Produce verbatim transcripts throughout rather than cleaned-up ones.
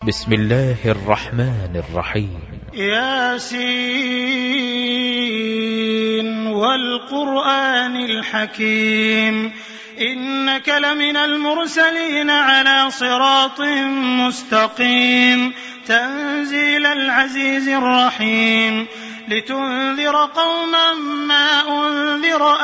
بسم الله الرحمن الرحيم. ياسين والقرآن الحكيم إنك لمن المرسلين على صراط مستقيم تنزيل العزيز الرحيم لتنذر قوما ما أنذر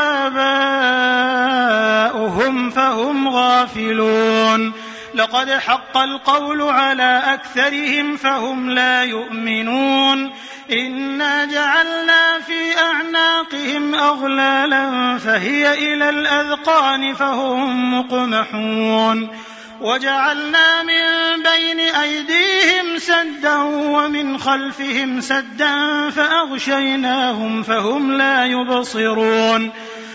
آباؤهم فهم غافلون لقد حق القول على أكثرهم فهم لا يؤمنون إنا جعلنا في أعناقهم أغلالا فهي إلى الأذقان فهم مقمحون وجعلنا من بين أيديهم سدا ومن خلفهم سدا فأغشيناهم فهم لا يبصرون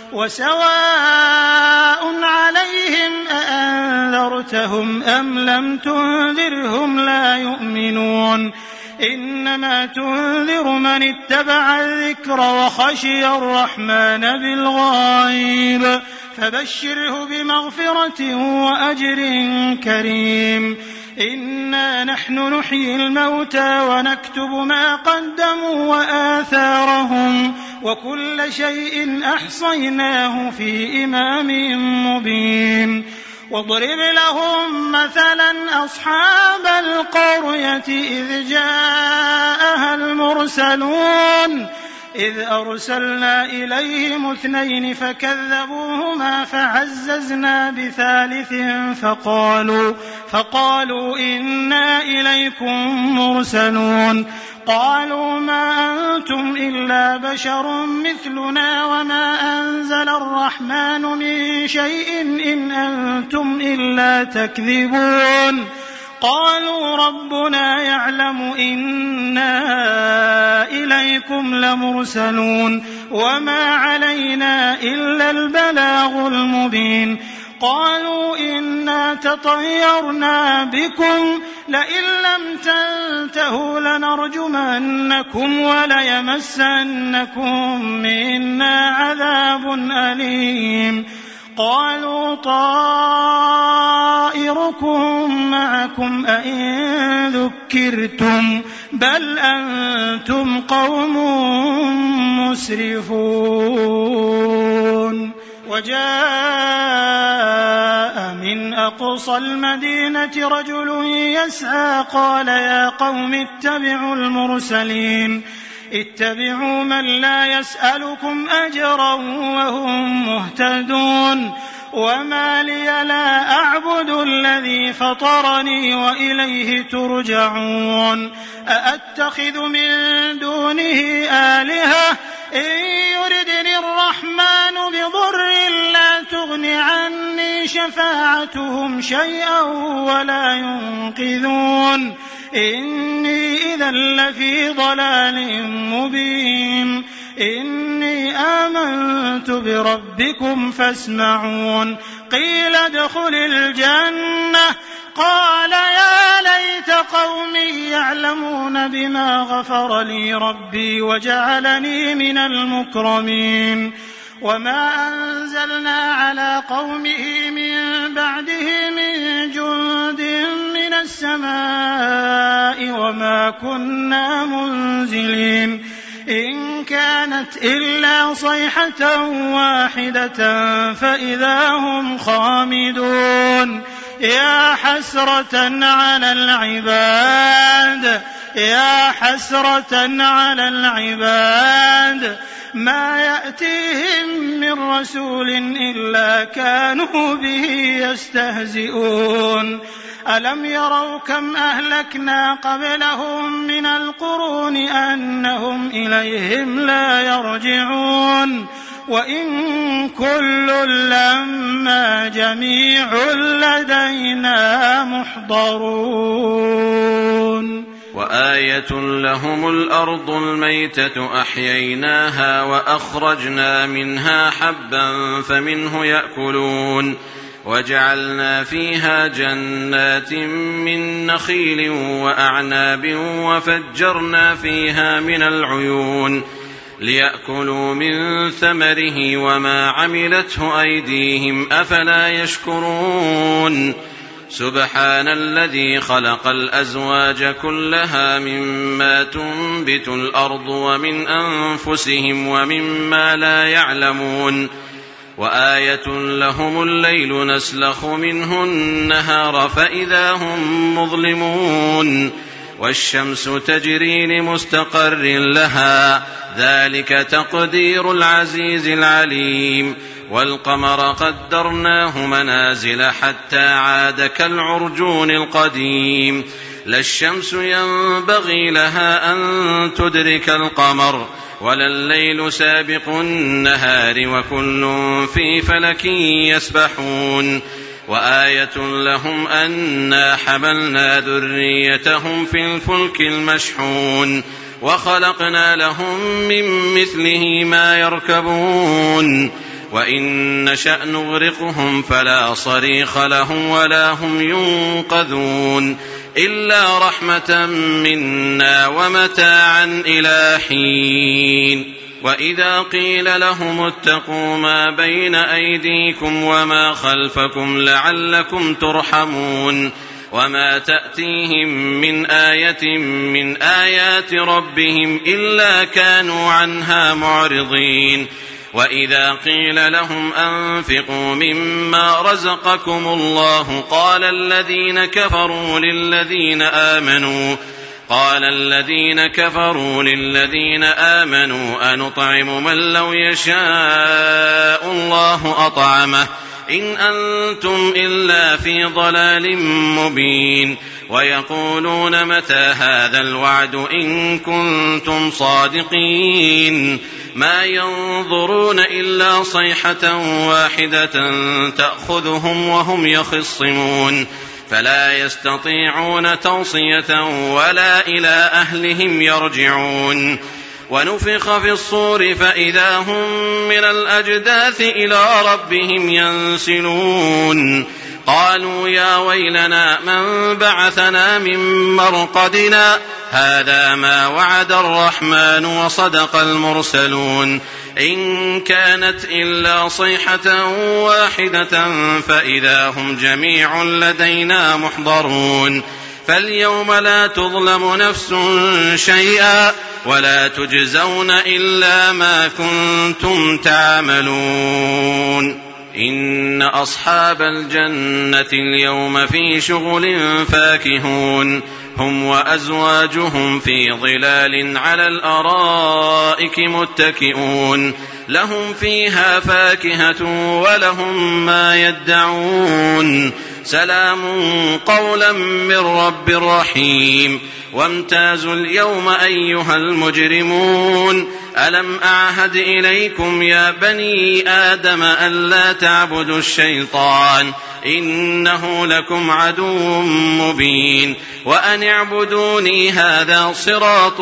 وسواء عليهم أأنذرتهم أم لم تنذرهم لا يؤمنون إنما تنذر من اتبع الذكر وخشي الرحمن بالغيب فبشره بمغفرة وأجر كريم إنا نحن نحيي الموتى ونكتب ما قدموا وآثارهم وكل شيء أحصيناه في إمام مبين واضرب لهم مثلا أصحاب القرية إذ جاءها المرسلون إذ أرسلنا إليهم اثنين فكذبوهما فعززنا بثالث فقالوا, فقالوا إنا إليكم مرسلون قالوا ما أنتم إلا بشر مثلنا وما أنزل الرحمن من شيء إن أنتم إلا تكذبون قالوا ربنا يعلم إنا إليكم لمرسلون وما علينا إلا البلاغ المبين قالوا إنا تطيرنا بكم لئن لم تنتهوا لنرجمنكم وليمسنكم منا عذاب أليم قالوا طائركم معكم أئن ذكرتم بل أنتم قوم مسرفون وجاء من أقصى المدينة رجل يسعى قال يا قوم اتبعوا المرسلين اتبعوا من لا يسألكم أجرا وهم مهتدون وما لي لا أعبد الذي فطرني وإليه ترجعون أأتخذ من دونه آلهة إن يردني الرحمن بضر لا تغن عني شفاعتهم شيئا ولا ينقذون إني إذا لفي ضلال مبين إني آمنت بربكم فاسمعون قيل ادخل الجنة قال يا ليت قومي يعلمون بما غفر لي ربي وجعلني من المكرمين وما أنزلنا على قومه من بعده من جند من السماء وما كنا منزلين إن كانت إلا صيحة واحدة فإذا هم خامدون يا حسرة على العباد يا حسرة على العباد ما يأتيهم من رسول إلا كانوا به يستهزئون ألم يروا كم أهلكنا قبلهم من القرون أنهم إليهم لا يرجعون وإن كل لما جميع لدينا محضرون وآية لهم الأرض الميتة أحييناها وأخرجنا منها حبا فمنه يأكلون وجعلنا فيها جنات من نخيل وأعناب وفجرنا فيها من العيون ليأكلوا من ثمره وما عملته أيديهم أفلا يشكرون سبحان الذي خلق الأزواج كلها مما تنبت الأرض ومن أنفسهم ومما لا يعلمون وآية لهم الليل نسلخ منه النهار فإذا هم مظلمون والشمس تجري لمستقر لها ذلك تقدير العزيز العليم والقمر قدرناه منازل حتى عاد كالعرجون القديم لا الشمس ينبغي لها أن تدرك القمر ولا الليل سابق النهار وكل في فلك يسبحون وآية لهم أنا حملنا ذريتهم في الفلك المشحون وخلقنا لهم من مثله ما يركبون وإن نشأ نغرقهم فلا صريخ لهم ولا هم ينقذون إلا رحمة منا ومتاعا إلى حين وإذا قيل لهم اتقوا ما بين أيديكم وما خلفكم لعلكم ترحمون وما تأتيهم من آية من آيات ربهم إلا كانوا عنها معرضين وإذا قيل لهم أنفقوا مما رزقكم الله قال الذين كفروا للذين آمنوا قال الذين كفروا للذين آمنوا أنطعم من لو يشاء الله أطعمه إن أنتم إلا في ضلال مبين ويقولون متى هذا الوعد إن كنتم صادقين ما ينظرون إلا صيحة واحدة تأخذهم وهم يخصمون فلا يستطيعون توصية ولا إلى أهلهم يرجعون ونفخ في الصور فإذا هم من الأجداث إلى ربهم ينسلون قالوا يا ويلنا من بعثنا من مرقدنا هذا ما وعد الرحمن وصدق المرسلون إن كانت إلا صيحة واحدة فإذا هم جميع لدينا محضرون فاليوم لا تظلم نفس شيئا ولا تجزون إلا ما كنتم تعملون إن أصحاب الجنة اليوم في شغل فاكهون هم وأزواجهم في ظلال على الأرائك متكئون لهم فيها فاكهة ولهم ما يدعون سلام قولا من رب رحيم وامتازوا اليوم أيها المجرمون ألم أعهد إليكم يا بني آدم ألا تعبدوا الشيطان إنه لكم عدو مبين وأن اعبدوني هذا صراط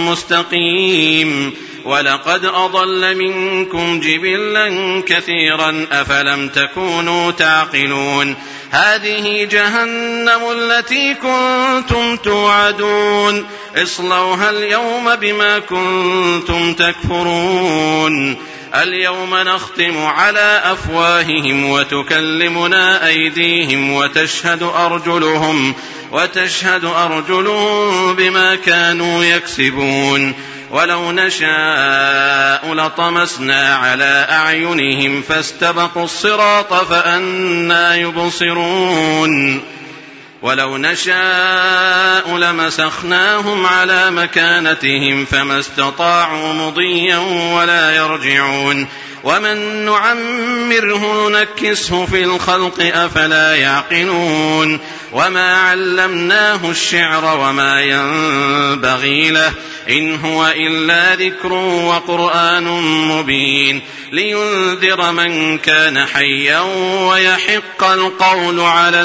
مستقيم ولقد أضل منكم جبلا كثيرا أفلم تكونوا تعقلون هذه جهنم التي كنتم توعدون اصلوها اليوم بما كنتم تكفرون اليوم نختم على أفواههم وتكلمنا أيديهم وتشهد أرجلهم وتشهد أرجلهم بما كانوا يكسبون ولو نشاء لطمسنا على أعينهم فاستبقوا الصراط فأنى يبصرون ولو نشاء لمسخناهم على مكانتهم فما استطاعوا مضيا ولا يرجعون ومن نعمره نكسه في الخلق أفلا يعقلون وما علمناه الشعر وما ينبغي له إن هو إلا ذكر وقرآن مبين لينذر من كان حيا ويحق القول على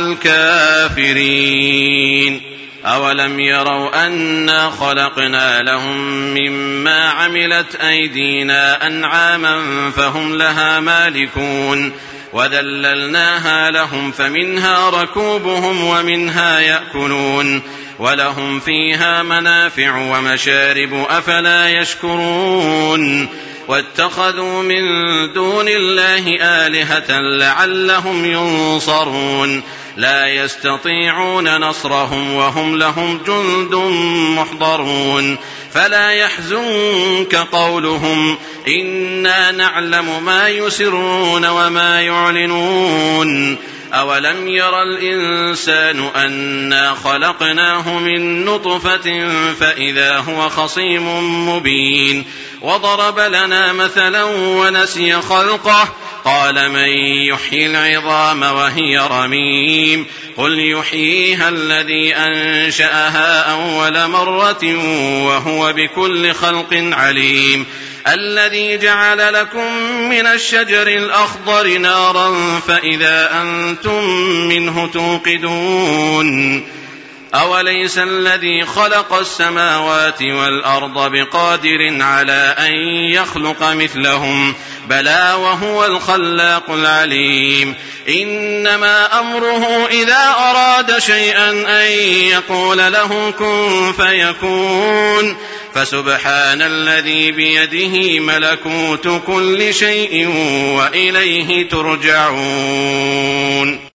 الكافرين أولم يروا أنا خلقنا لهم مما عملت أيدينا أنعاما فهم لها مالكون وذللناها لهم فمنها ركوبهم ومنها يأكلون ولهم فيها منافع ومشارب أفلا يشكرون واتخذوا من دون الله آلهة لعلهم ينصرون لا يستطيعون نصرهم وهم لهم جند محضرون فلا يحزنك قولهم إنا نعلم ما يسرون وما يعلنون أولم ير الإنسان أنا خلقناه من نطفة فإذا هو خصيم مبين وضرب لنا مثلا ونسي خلقه قال من يحيي العظام وهي رميم قل يحييها الذي أنشأها أول مرة وهو بكل خلق عليم الذي جعل لكم من الشجر الأخضر نارا فإذا أنتم منه توقدون أوليس الذي خلق السماوات والأرض بقادر على أن يخلق مثلهم بلى وهو الخلاق العليم إنما أمره إذا أراد شيئا أن يقول له كن فيكون فسبحان الذي بيده ملكوت كل شيء وإليه ترجعون.